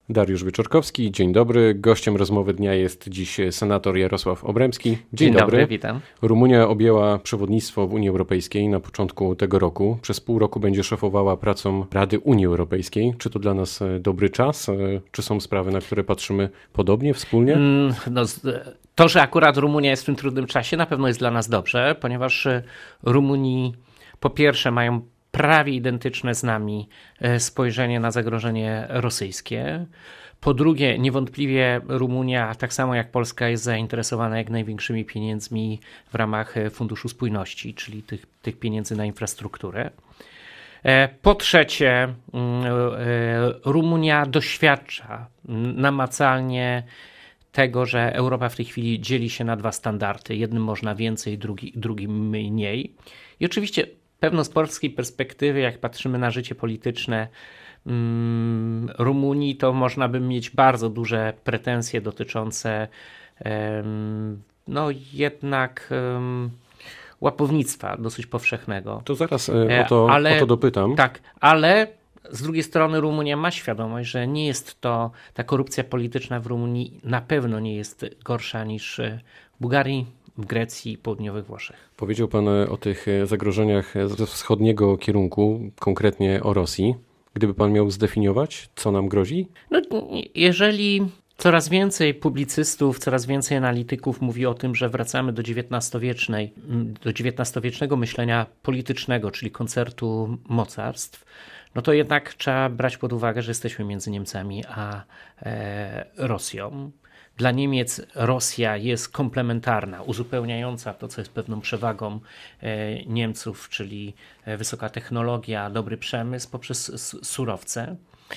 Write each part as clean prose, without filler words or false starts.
Dariusz Wieczorkowski, dzień dobry. Gościem rozmowy dnia jest dziś senator Jarosław Obremski. Dzień dobry, witam. Rumunia objęła przewodnictwo w Unii Europejskiej na początku tego roku. Przez pół roku będzie szefowała pracą Rady Unii Europejskiej. Czy to dla nas dobry czas? Czy są sprawy, na które patrzymy podobnie, wspólnie? To, że akurat Rumunia jest w tym trudnym czasie, na pewno jest dla nas dobrze, ponieważ Rumuni po pierwsze mają prawie identyczne z nami spojrzenie na zagrożenie rosyjskie. Po drugie, niewątpliwie Rumunia, tak samo jak Polska, jest zainteresowana jak największymi pieniędzmi w ramach Funduszu Spójności, czyli tych pieniędzy na infrastrukturę. Po trzecie, Rumunia doświadcza namacalnie tego, że Europa w tej chwili dzieli się na dwa standardy. Jednym można więcej, drugim mniej. I oczywiście pewno z polskiej perspektywy, jak patrzymy na życie polityczne Rumunii, to można by mieć bardzo duże pretensje dotyczące jednak łapownictwa dosyć powszechnego. To zaraz o to dopytam. Tak, ale z drugiej strony Rumunia ma świadomość, że nie jest to, ta korupcja polityczna w Rumunii na pewno nie jest gorsza niż w Bułgarii, w Grecji i południowych Włoszech. Powiedział pan o tych zagrożeniach ze wschodniego kierunku, konkretnie o Rosji. Gdyby pan miał zdefiniować, co nam grozi? Jeżeli coraz więcej publicystów, coraz więcej analityków mówi o tym, że wracamy do XIX-wiecznego myślenia politycznego, czyli koncertu mocarstw, no to jednak trzeba brać pod uwagę, że jesteśmy między Niemcami a Rosją. Dla Niemiec Rosja jest komplementarna, uzupełniająca to, co jest pewną przewagą Niemców, czyli wysoka technologia, dobry przemysł poprzez surowce.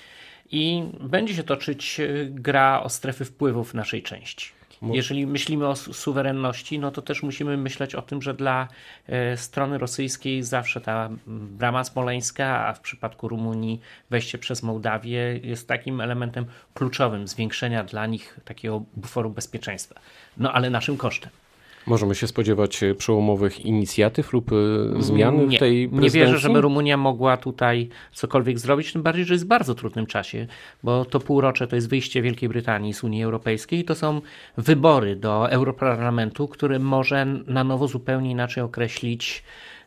I będzie się toczyć gra o strefy wpływów w naszej części. Jeżeli myślimy o suwerenności, no to też musimy myśleć o tym, że dla strony rosyjskiej zawsze ta brama smoleńska, a w przypadku Rumunii wejście przez Mołdawię jest takim elementem kluczowym zwiększenia dla nich takiego buforu bezpieczeństwa. No ale naszym kosztem. Możemy się spodziewać przełomowych inicjatyw lub zmian w tej prezydencji? Nie wierzę, żeby Rumunia mogła tutaj cokolwiek zrobić, tym bardziej, że jest w bardzo trudnym czasie, bo to półrocze to jest wyjście Wielkiej Brytanii z Unii Europejskiej i to są wybory do Europarlamentu, który może na nowo zupełnie inaczej określić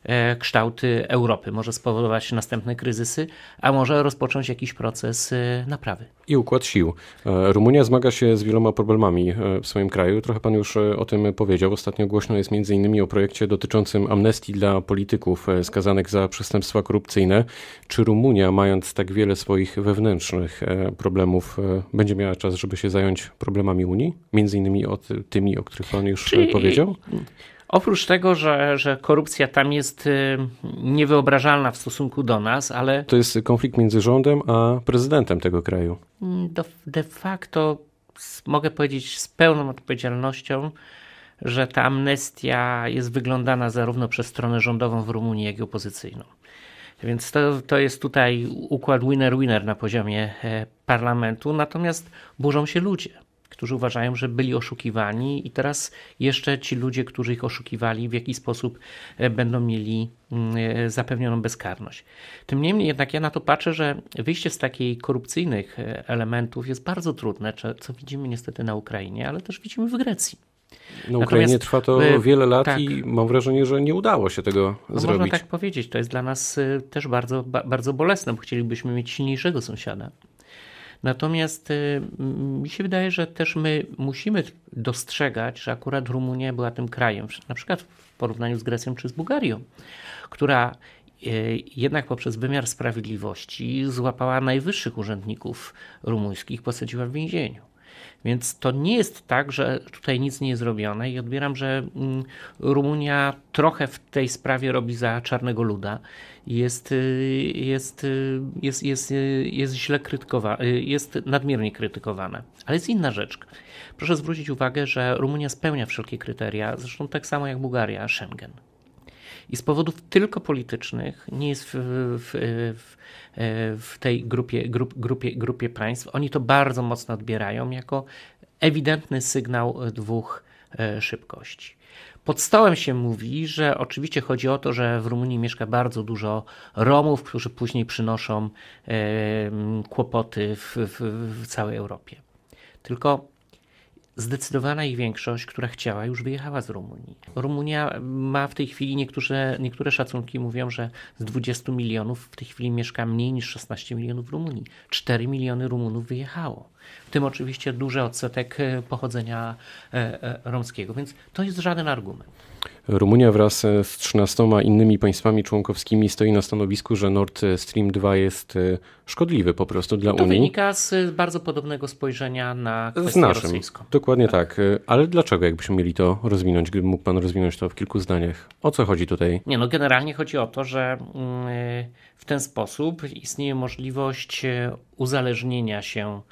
kształty Europy. Może spowodować następne kryzysy, a może rozpocząć jakiś proces naprawy. I układ sił. Rumunia zmaga się z wieloma problemami w swoim kraju. Trochę pan już o tym powiedział. Ostatnio głośno jest m.in. o projekcie dotyczącym amnestii dla polityków skazanych za przestępstwa korupcyjne. Czy Rumunia, mając tak wiele swoich wewnętrznych problemów, będzie miała czas, żeby się zająć problemami Unii? M.in. tymi, o których pan już powiedział? Oprócz tego, że korupcja tam jest niewyobrażalna w stosunku do nas, ale... To jest konflikt między rządem a prezydentem tego kraju. De facto mogę powiedzieć z pełną odpowiedzialnością, że ta amnestia jest wyglądana zarówno przez stronę rządową w Rumunii, jak i opozycyjną. Więc to jest tutaj układ winner-winner na poziomie parlamentu, natomiast burzą się ludzie, którzy uważają, że byli oszukiwani i teraz jeszcze ci ludzie, którzy ich oszukiwali, w jaki sposób będą mieli zapewnioną bezkarność. Tym niemniej jednak ja na to patrzę, że wyjście z takich korupcyjnych elementów jest bardzo trudne, co widzimy niestety na Ukrainie, ale też widzimy w Grecji. Na Ukrainie trwa to wiele lat i mam wrażenie, że nie udało się tego zrobić. Można tak powiedzieć, to jest dla nas też bardzo, bardzo bolesne, bo chcielibyśmy mieć silniejszego sąsiada. Natomiast mi się wydaje, że też my musimy dostrzegać, że akurat Rumunia była tym krajem, na przykład w porównaniu z Grecją czy z Bułgarią, która jednak poprzez wymiar sprawiedliwości złapała najwyższych urzędników rumuńskich, posadziła w więzieniu. Więc to nie jest tak, że tutaj nic nie jest robione i odbieram, że Rumunia trochę w tej sprawie robi za czarnego luda. Jest źle krytykowana, jest nadmiernie krytykowana. Ale jest inna rzecz. Proszę zwrócić uwagę, że Rumunia spełnia wszelkie kryteria, zresztą tak samo jak Bułgaria, Schengen. I z powodów tylko politycznych nie jest w tej grupie państw. Oni to bardzo mocno odbierają jako ewidentny sygnał dwóch szybkości. Pod stołem się mówi, że oczywiście chodzi o to, że w Rumunii mieszka bardzo Romów, którzy później przynoszą kłopoty w całej Europie. Tylko zdecydowana ich większość, która chciała, już wyjechała z Rumunii. Rumunia ma w tej chwili, niektóre szacunki mówią, że z 20 milionów w tej chwili mieszka mniej niż 16 milionów w Rumunii. 4 miliony Rumunów wyjechało. W tym oczywiście duży odsetek pochodzenia romskiego, więc to jest żaden argument. Rumunia wraz z 13 innymi państwami członkowskimi stoi na stanowisku, że Nord Stream 2 jest szkodliwy po prostu dla Unii. To wynika z bardzo podobnego spojrzenia na kwestię rosyjską. Dokładnie tak. Ale dlaczego, jakbyśmy mieli to rozwinąć, gdyby mógł pan rozwinąć to w kilku zdaniach? O co chodzi tutaj? Generalnie chodzi o to, że w ten sposób istnieje możliwość uzależnienia się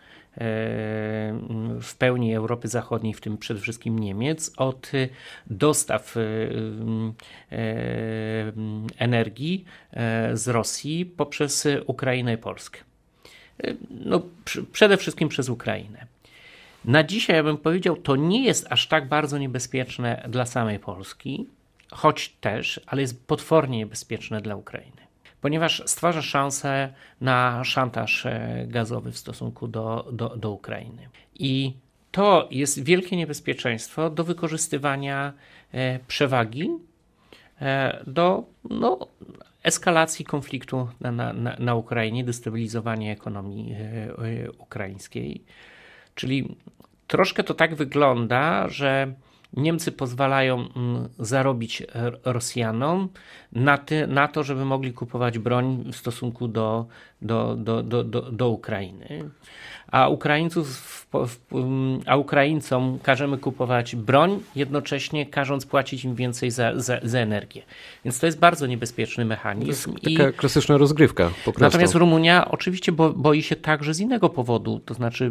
w pełni Europy Zachodniej, w tym przede wszystkim Niemiec, od dostaw energii z Rosji poprzez Ukrainę i Polskę. Przede wszystkim przez Ukrainę. Na dzisiaj, ja bym powiedział, to nie jest aż tak bardzo niebezpieczne dla samej Polski, choć też, ale jest potwornie niebezpieczne dla Ukrainy, ponieważ stwarza szansę na szantaż gazowy w stosunku do Ukrainy. I to jest wielkie niebezpieczeństwo do wykorzystywania przewagi do eskalacji konfliktu na Ukrainie, destabilizowania ekonomii ukraińskiej. Czyli troszkę to tak wygląda, że Niemcy pozwalają zarobić Rosjanom na to, żeby mogli kupować broń w stosunku do Ukrainy. A Ukraińcom każemy kupować broń, jednocześnie każąc płacić im więcej za energię. Więc to jest bardzo niebezpieczny mechanizm. To jest taka klasyczna rozgrywka po prostu. Natomiast Rumunia oczywiście boi się także z innego powodu. To znaczy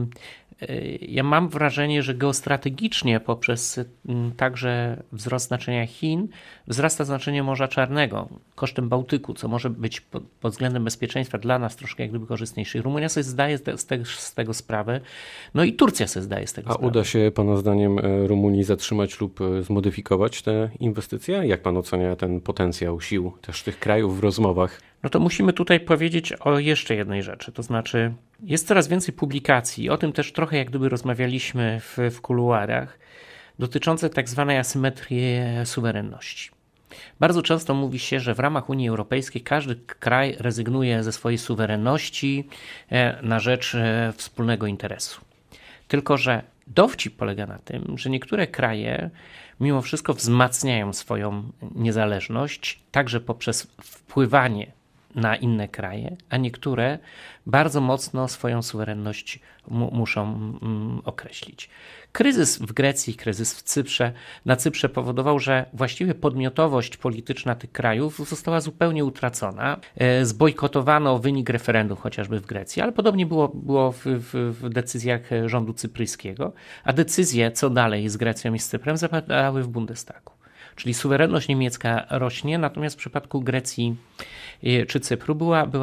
ja mam wrażenie, że geostrategicznie poprzez także wzrost znaczenia Chin wzrasta znaczenie Morza Czarnego kosztem Bałtyku, co może być pod względem bezpieczeństwa dla nas troszkę jak gdyby korzystniejsze. Rumunia sobie zdaje z tego sprawę, i Turcja sobie zdaje z tego sprawę. A uda się pana zdaniem Rumunii zatrzymać lub zmodyfikować te inwestycje? Jak pan ocenia ten potencjał sił też tych krajów w rozmowach? To musimy tutaj powiedzieć o jeszcze jednej rzeczy, to znaczy jest coraz więcej publikacji, o tym też trochę jak gdyby rozmawialiśmy w kuluarach, dotyczące tak zwanej asymetrii suwerenności. Bardzo często mówi się, że w ramach Unii Europejskiej każdy kraj rezygnuje ze swojej suwerenności na rzecz wspólnego interesu. Tylko że dowcip polega na tym, że niektóre kraje mimo wszystko wzmacniają swoją niezależność, także poprzez wpływanie na inne kraje, a niektóre bardzo mocno swoją suwerenność muszą określić. Kryzys w Grecji, kryzys na Cyprze powodował, że właściwie podmiotowość polityczna tych krajów została zupełnie utracona. Zbojkotowano wynik referendum chociażby w Grecji, ale podobnie było w decyzjach rządu cypryjskiego, a decyzje, co dalej z Grecją i z Cyprem, zapadały w Bundestagu. Czyli suwerenność niemiecka rośnie, natomiast w przypadku Grecji czy Cypru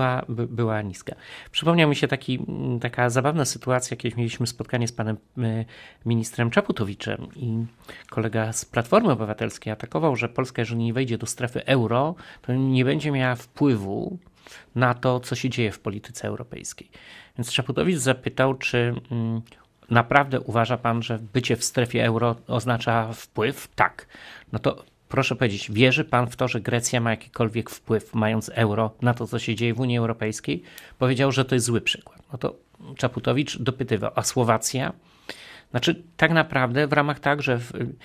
była niska. Przypomniał mi się taka zabawna sytuacja, kiedyś mieliśmy spotkanie z panem ministrem Czaputowiczem i kolega z Platformy Obywatelskiej atakował, że Polska, jeżeli nie wejdzie do strefy euro, to nie będzie miała wpływu na to, co się dzieje w polityce europejskiej. Więc Czaputowicz zapytał, czy naprawdę uważa pan, że bycie w strefie euro oznacza wpływ? Tak. To proszę powiedzieć, wierzy pan w to, że Grecja ma jakikolwiek wpływ, mając euro, na to, co się dzieje w Unii Europejskiej? Powiedział, że to jest zły przykład. To Czaputowicz dopytywał, a Słowacja? Znaczy tak naprawdę w ramach także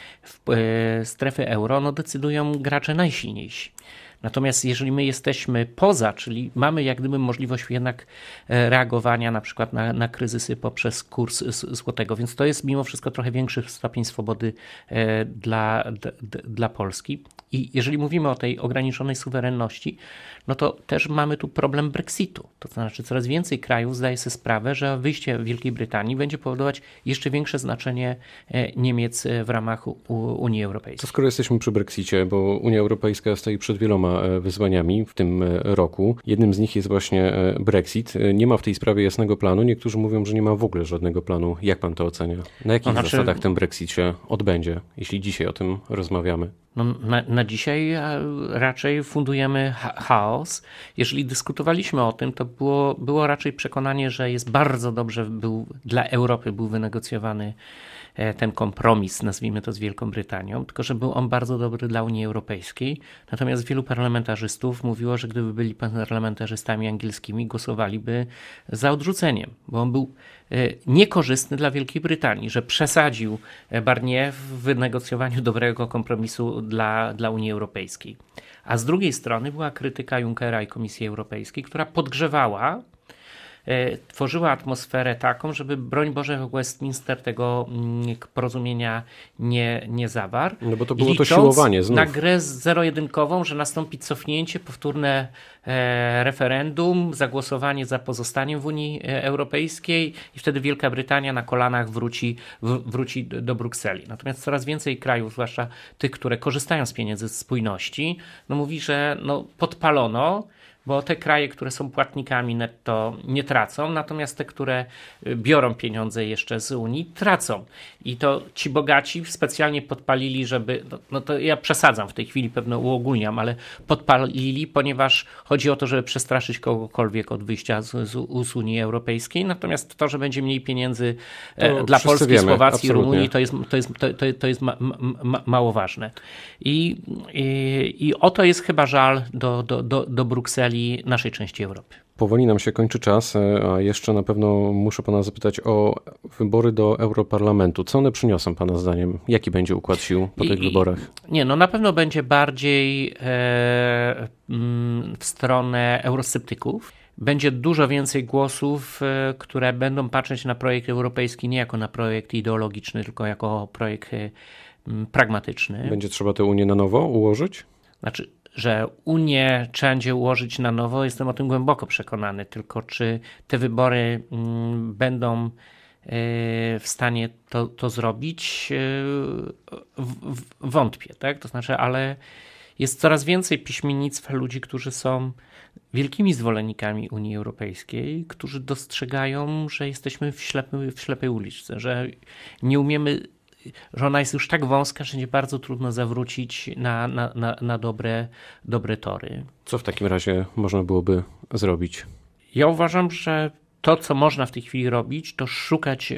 strefy euro decydują gracze najsilniejsi. Natomiast jeżeli my jesteśmy poza, czyli mamy jak gdyby możliwość jednak reagowania na przykład na kryzysy poprzez kurs złotego, więc to jest mimo wszystko trochę większy stopień swobody dla Polski. I jeżeli mówimy o tej ograniczonej suwerenności, to też mamy tu problem Brexitu. To znaczy coraz więcej krajów zdaje sobie sprawę, że wyjście Wielkiej Brytanii będzie powodować jeszcze większe znaczenie Niemiec w ramach Unii Europejskiej. To skoro jesteśmy przy Brexicie, bo Unia Europejska stoi przed wieloma wyzwaniami w tym roku. Jednym z nich jest właśnie Brexit. Nie ma w tej sprawie jasnego planu. Niektórzy mówią, że nie ma w ogóle żadnego planu. Jak pan to ocenia? Na jakich zasadach ten Brexit się odbędzie, jeśli dzisiaj o tym rozmawiamy? No, na dzisiaj raczej fundujemy chaos. Jeżeli dyskutowaliśmy o tym, to było raczej przekonanie, że jest bardzo dobrze dla Europy był wynegocjowany ten kompromis, nazwijmy to, z Wielką Brytanią, tylko że był on bardzo dobry dla Unii Europejskiej. Natomiast wielu parlamentarzystów mówiło, że gdyby byli parlamentarzystami angielskimi, głosowaliby za odrzuceniem, bo on był niekorzystny dla Wielkiej Brytanii, że przesadził Barnier w wynegocjowaniu dobrego kompromisu dla Unii Europejskiej. A z drugiej strony była krytyka Junckera i Komisji Europejskiej, która podgrzewała, tworzyła atmosferę taką, żeby broń Boże Westminster tego porozumienia nie zawarł. No bo to było to siłowanie znów. Na grę zero-jedynkową, że nastąpi cofnięcie, powtórne referendum, zagłosowanie za pozostaniem w Unii Europejskiej i wtedy Wielka Brytania na kolanach wróci do Brukseli. Natomiast coraz więcej krajów, zwłaszcza tych, które korzystają z pieniędzy z spójności, mówi, że podpalono, bo te kraje, które są płatnikami netto, nie tracą, natomiast te, które biorą pieniądze jeszcze z Unii, tracą. I to ci bogaci specjalnie podpalili, żeby, to ja przesadzam w tej chwili, pewno uogólniam, ale podpalili, ponieważ chodzi o to, żeby przestraszyć kogokolwiek od wyjścia z Unii Europejskiej, natomiast to, że będzie mniej pieniędzy dla Polski, Słowacji, Rumunii, to jest mało ważne. I oto jest chyba żal do Brukseli, naszej części Europy. Powoli nam się kończy czas, a jeszcze na pewno muszę pana zapytać o wybory do Europarlamentu. Co one przyniosą pana zdaniem? Jaki będzie układ sił po tych wyborach? Na pewno będzie bardziej w stronę eurosceptyków. Będzie dużo więcej głosów, które będą patrzeć na projekt europejski nie jako na projekt ideologiczny, tylko jako projekt pragmatyczny. Będzie trzeba tę Unię na nowo ułożyć? Znaczy, że Unię trzeba będzie ułożyć na nowo, jestem o tym głęboko przekonany, tylko czy te wybory będą w stanie to zrobić, wątpię, tak? To znaczy, ale jest coraz więcej piśmiennictwa ludzi, którzy są wielkimi zwolennikami Unii Europejskiej, którzy dostrzegają, że jesteśmy w ślepej uliczce, że nie umiemy, że ona jest już tak wąska, że będzie bardzo trudno zawrócić na dobre tory. Co w takim razie można byłoby zrobić? Ja uważam, że to, co można w tej chwili robić, to szukać,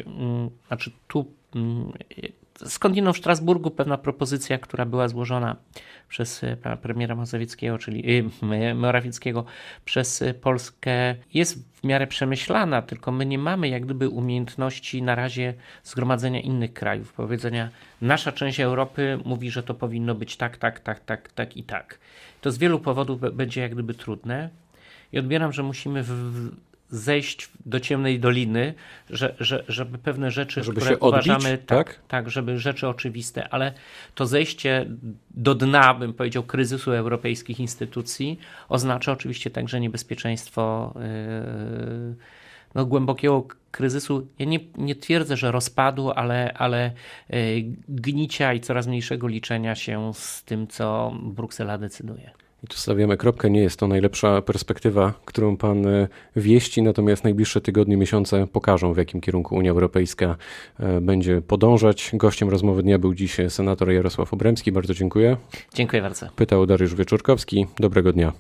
skądinąd w Strasburgu pewna propozycja, która była złożona przez pana premiera Morawieckiego przez Polskę, jest w miarę przemyślana, tylko my nie mamy jak gdyby umiejętności na razie zgromadzenia innych krajów. Powiedzenia, nasza część Europy mówi, że to powinno być tak i tak. To z wielu powodów będzie jak gdyby trudne i odbieram, że musimy zejść do ciemnej doliny, żeby pewne rzeczy, żeby które się odbić, uważamy, tak, żeby rzeczy oczywiste, ale to zejście do dna, bym powiedział, kryzysu europejskich instytucji oznacza oczywiście także niebezpieczeństwo głębokiego kryzysu. Ja nie twierdzę, że rozpadu, ale gnicia i coraz mniejszego liczenia się z tym, co Bruksela decyduje. I tu stawiamy kropkę. Nie jest to najlepsza perspektywa, którą pan wieści, natomiast najbliższe tygodnie, miesiące pokażą, w jakim kierunku Unia Europejska będzie podążać. Gościem rozmowy dnia był dziś senator Jarosław Obremski. Bardzo dziękuję. Dziękuję bardzo. Pytał Dariusz Wieczorkowski. Dobrego dnia.